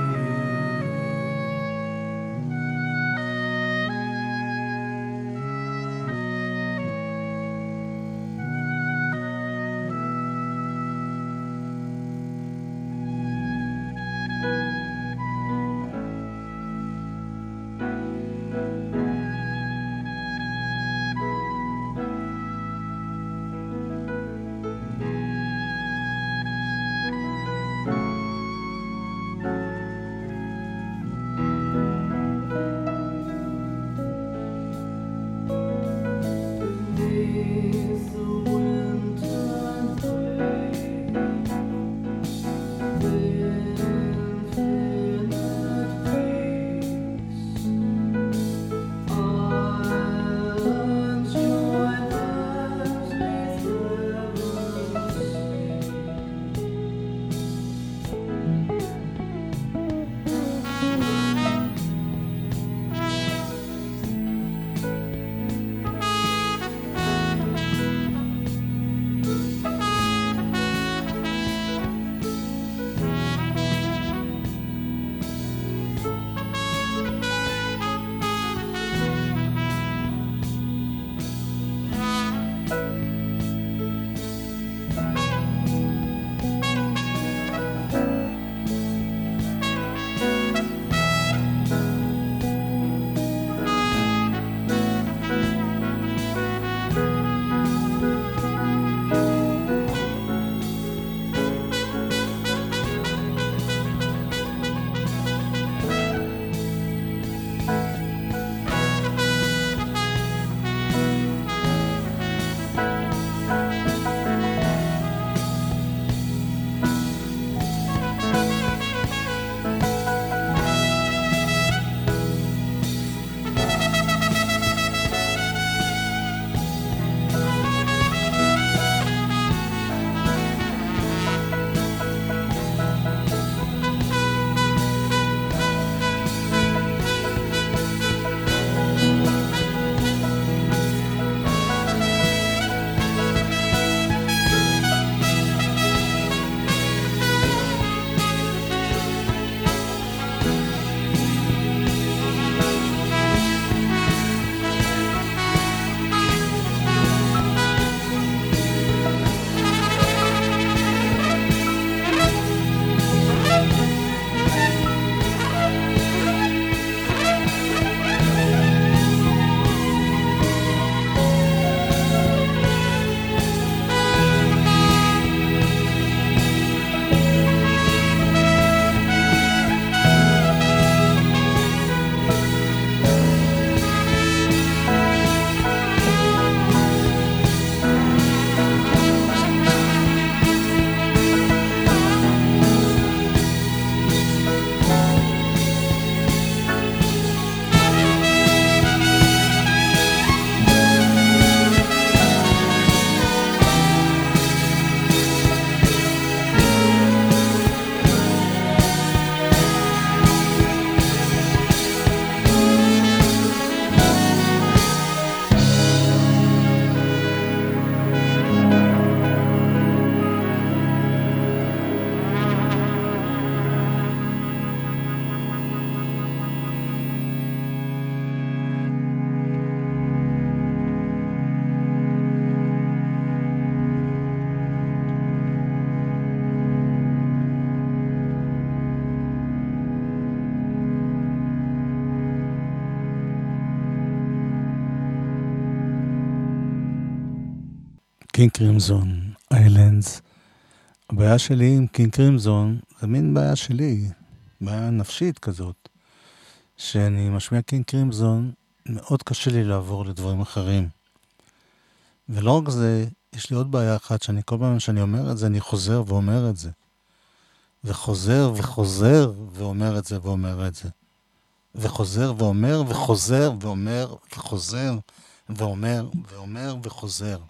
קינג קרימזון, איילנדס. הבעיה שלי עם קינג קרימזון, זה מין בעיה שלי, בעיה נפשית כזאת, שאני משמיע קינג קרימזון, מאוד קשה לי לעבור לדברים אחרים. ולא רק זה, יש לי עוד בעיה אחת, שאני כל פעם שאני אומר את זה, אני חוזר ואומר את זה. וחוזר וחוזר ואומר את זה ואומר את זה. וחוזר ואומר וחוזר ואומר וחוזר ואומר ואומר וחוזר.